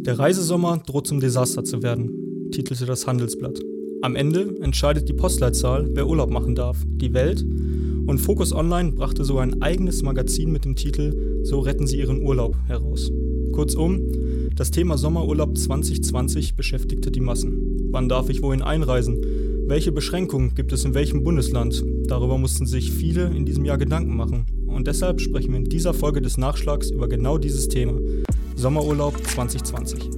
Der Reisesommer droht zum Desaster zu werden, titelte das Handelsblatt. Am Ende entscheidet die Postleitzahl, wer Urlaub machen darf, die Welt. Und Focus Online brachte sogar ein eigenes Magazin mit dem Titel »So retten Sie Ihren Urlaub« heraus. Kurzum, das Thema Sommerurlaub 2020 beschäftigte die Massen. Wann darf ich wohin einreisen? Welche Beschränkungen gibt es in welchem Bundesland? Darüber mussten sich viele in diesem Jahr Gedanken machen. Und deshalb sprechen wir in dieser Folge des Nachschlags über genau dieses Thema. Sommerurlaub 2020.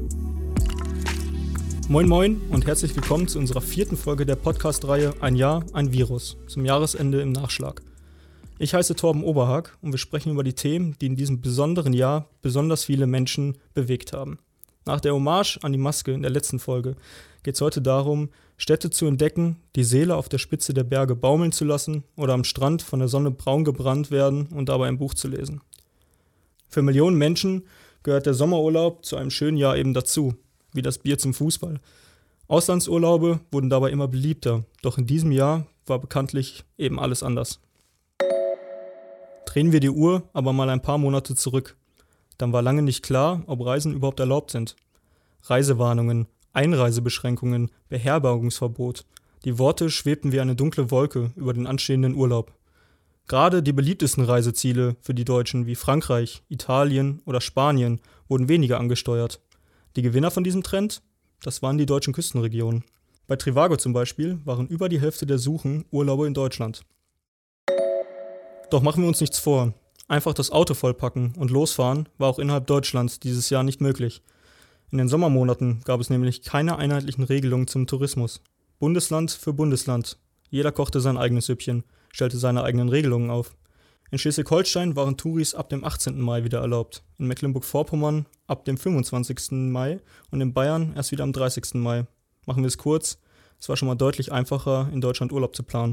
Moin moin und herzlich willkommen zu unserer 4. Folge der Podcast-Reihe Ein Jahr, ein Virus, zum Jahresende im Nachschlag. Ich heiße Torben Oberhag und wir sprechen über die Themen, die in diesem besonderen Jahr besonders viele Menschen bewegt haben. Nach der Hommage an die Maske in der letzten Folge geht es heute darum, Städte zu entdecken, die Seele auf der Spitze der Berge baumeln zu lassen oder am Strand von der Sonne braun gebrannt werden und dabei ein Buch zu lesen. Für Millionen Menschen gehört der Sommerurlaub zu einem schönen Jahr eben dazu, wie das Bier zum Fußball. Auslandsurlaube wurden dabei immer beliebter, doch in diesem Jahr war bekanntlich eben alles anders. Drehen wir die Uhr aber mal ein paar Monate zurück. Dann war lange nicht klar, ob Reisen überhaupt erlaubt sind. Reisewarnungen, Einreisebeschränkungen, Beherbergungsverbot. Die Worte schwebten wie eine dunkle Wolke über den anstehenden Urlaub. Gerade die beliebtesten Reiseziele für die Deutschen wie Frankreich, Italien oder Spanien wurden weniger angesteuert. Die Gewinner von diesem Trend? Das waren die deutschen Küstenregionen. Bei Trivago zum Beispiel waren über die Hälfte der Suchen Urlaube in Deutschland. Doch machen wir uns nichts vor. Einfach das Auto vollpacken und losfahren war auch innerhalb Deutschlands dieses Jahr nicht möglich. In den Sommermonaten gab es nämlich keine einheitlichen Regelungen zum Tourismus. Bundesland für Bundesland. Jeder kochte sein eigenes Süppchen, stellte seine eigenen Regelungen auf. In Schleswig-Holstein waren Touris ab dem 18. Mai wieder erlaubt, in Mecklenburg-Vorpommern ab dem 25. Mai und in Bayern erst wieder am 30. Mai. Machen wir es kurz, es war schon mal deutlich einfacher, in Deutschland Urlaub zu planen.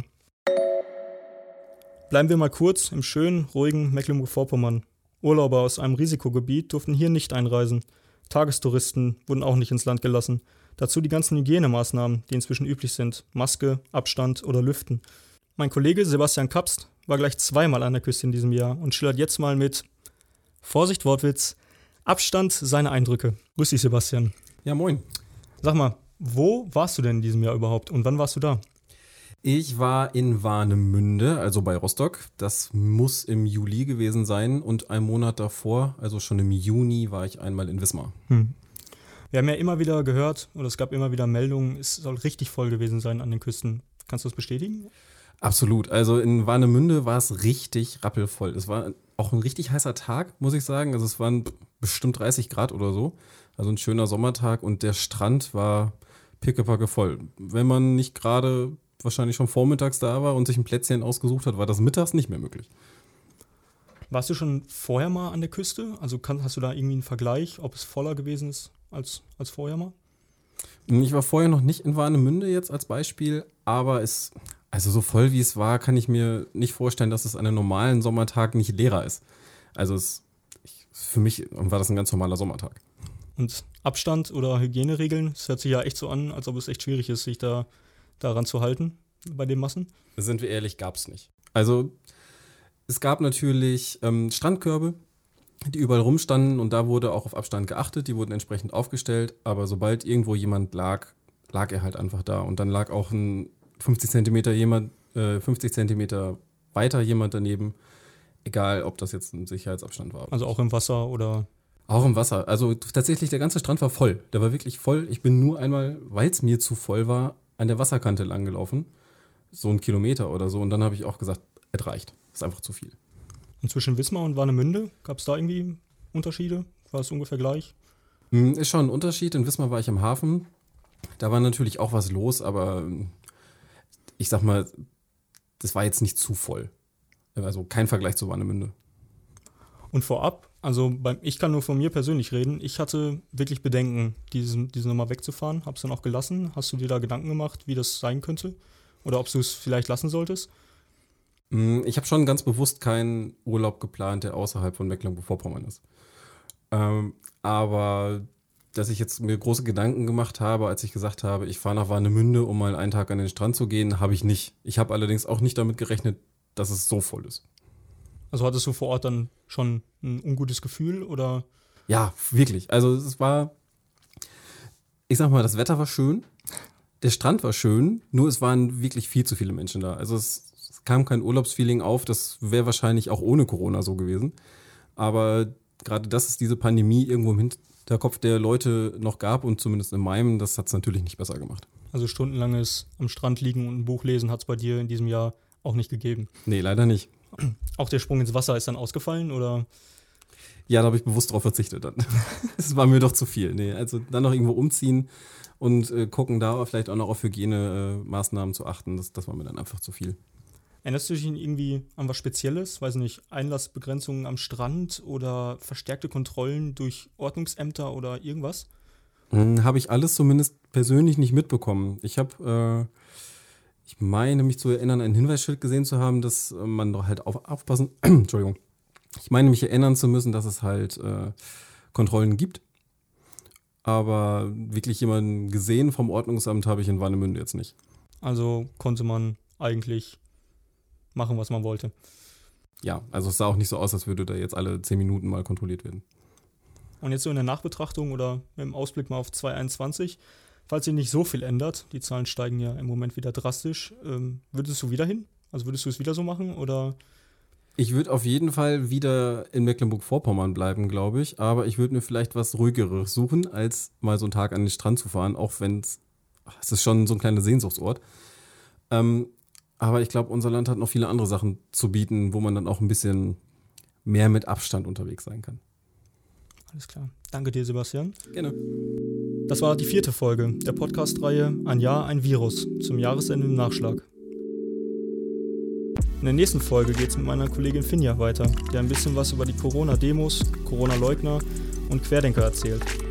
Bleiben wir mal kurz im schönen, ruhigen Mecklenburg-Vorpommern. Urlauber aus einem Risikogebiet durften hier nicht einreisen. Tagestouristen wurden auch nicht ins Land gelassen. Dazu die ganzen Hygienemaßnahmen, die inzwischen üblich sind. Maske, Abstand oder Lüften. Mein Kollege Sebastian Kapst war gleich zweimal an der Küste in diesem Jahr und schildert jetzt mal mit, Vorsicht Wortwitz, Abstand seine Eindrücke. Grüß dich, Sebastian. Ja, moin. Sag mal, wo warst du denn in diesem Jahr überhaupt und wann warst du da? Ich war in Warnemünde, also bei Rostock. Das muss im Juli gewesen sein und einen Monat davor, also schon im Juni, war ich einmal in Wismar. Wir haben ja immer wieder gehört, oder es gab immer wieder Meldungen, es soll richtig voll gewesen sein an den Küsten. Kannst du das bestätigen? Absolut. Also in Warnemünde war es richtig rappelvoll. Es war auch ein richtig heißer Tag, muss ich sagen. Also es waren bestimmt 30 Grad oder so. Also ein schöner Sommertag und der Strand war pickepacke voll. Wenn man nicht gerade wahrscheinlich schon vormittags da war und sich ein Plätzchen ausgesucht hat, war das mittags nicht mehr möglich. Warst du schon vorher mal an der Küste? Also hast du da irgendwie einen Vergleich, ob es voller gewesen ist als vorher mal? Ich war vorher noch nicht in Warnemünde jetzt als Beispiel, aber also so voll wie es war, kann ich mir nicht vorstellen, dass es an einem normalen Sommertag nicht leerer ist. Also für mich war das ein ganz normaler Sommertag. Und Abstand oder Hygieneregeln, es hört sich ja echt so an, als ob es echt schwierig ist, sich daran zu halten bei den Massen. Sind wir ehrlich, gab es nicht. Also es gab natürlich Strandkörbe, die überall rumstanden und da wurde auch auf Abstand geachtet, die wurden entsprechend aufgestellt, aber sobald irgendwo jemand lag er halt einfach da und dann lag auch ein 50 Zentimeter weiter jemand daneben, egal ob das jetzt ein Sicherheitsabstand war. Also auch im Wasser oder? Auch im Wasser. Also tatsächlich, der ganze Strand war voll. Der war wirklich voll. Ich bin nur einmal, weil es mir zu voll war, an der Wasserkante langgelaufen. So 1 Kilometer oder so. Und dann habe ich auch gesagt, es reicht. Das ist einfach zu viel. Und zwischen Wismar und Warnemünde, gab es da irgendwie Unterschiede? War es ungefähr gleich? Ist schon ein Unterschied. In Wismar war ich am Hafen. Da war natürlich auch was los, aber ich sag mal, das war jetzt nicht zu voll. Also kein Vergleich zu Warnemünde. Und vorab, also ich kann nur von mir persönlich reden, ich hatte wirklich Bedenken, diese Nummer wegzufahren. Hab's dann auch gelassen. Hast du dir da Gedanken gemacht, wie das sein könnte? Oder ob du es vielleicht lassen solltest? Ich habe schon ganz bewusst keinen Urlaub geplant, der außerhalb von Mecklenburg-Vorpommern ist. Aber dass ich jetzt mir große Gedanken gemacht habe, als ich gesagt habe, ich fahre nach Warnemünde, um mal einen Tag an den Strand zu gehen, habe ich nicht. Ich habe allerdings auch nicht damit gerechnet, dass es so voll ist. Also hattest du vor Ort dann schon ein ungutes Gefühl oder? Ja, wirklich. Also es war Ich sag mal, das Wetter war schön, der Strand war schön, nur es waren wirklich viel zu viele Menschen da. Also es kam kein Urlaubsfeeling auf, das wäre wahrscheinlich auch ohne Corona so gewesen. Aber gerade, dass es diese Pandemie irgendwo im Hinterkopf der Leute noch gab und zumindest in meinem, das hat es natürlich nicht besser gemacht. Also stundenlanges am Strand liegen und ein Buch lesen hat es bei dir in diesem Jahr auch nicht gegeben. Nee, leider nicht. Auch der Sprung ins Wasser ist dann ausgefallen, oder? Ja, da habe ich bewusst drauf verzichtet dann. Es war mir doch zu viel. Nee, also dann noch irgendwo umziehen und gucken, da vielleicht auch noch auf Hygienemaßnahmen zu achten, das war mir dann einfach zu viel. Erinnerst du dich irgendwie an was Spezielles? Weiß nicht, Einlassbegrenzungen am Strand oder verstärkte Kontrollen durch Ordnungsämter oder irgendwas? Habe ich alles zumindest persönlich nicht mitbekommen. Ich meine mich zu erinnern, ein Hinweisschild gesehen zu haben, dass man doch halt aufpassen. Entschuldigung. Ich meine mich erinnern zu müssen, dass es halt Kontrollen gibt. Aber wirklich jemanden gesehen vom Ordnungsamt habe ich in Warnemünde jetzt nicht. Also konnte man eigentlich machen, was man wollte. Ja, also es sah auch nicht so aus, als würde da jetzt alle 10 Minuten mal kontrolliert werden. Und jetzt so in der Nachbetrachtung oder mit dem Ausblick mal auf 2021, falls sich nicht so viel ändert, die Zahlen steigen ja im Moment wieder drastisch, würdest du wieder hin? Also würdest du es wieder so machen, oder? Ich würde auf jeden Fall wieder in Mecklenburg-Vorpommern bleiben, glaube ich. Aber ich würde mir vielleicht was Ruhigeres suchen, als mal so einen Tag an den Strand zu fahren, auch wenn es ist schon so ein kleiner Sehnsuchtsort. Aber ich glaube, unser Land hat noch viele andere Sachen zu bieten, wo man dann auch ein bisschen mehr mit Abstand unterwegs sein kann. Alles klar. Danke dir, Sebastian. Gerne. Das war die 4. Folge der Podcast-Reihe Ein Jahr, ein Virus zum Jahresende im Nachschlag. In der nächsten Folge geht es mit meiner Kollegin Finja weiter, die ein bisschen was über die Corona-Demos, Corona-Leugner und Querdenker erzählt.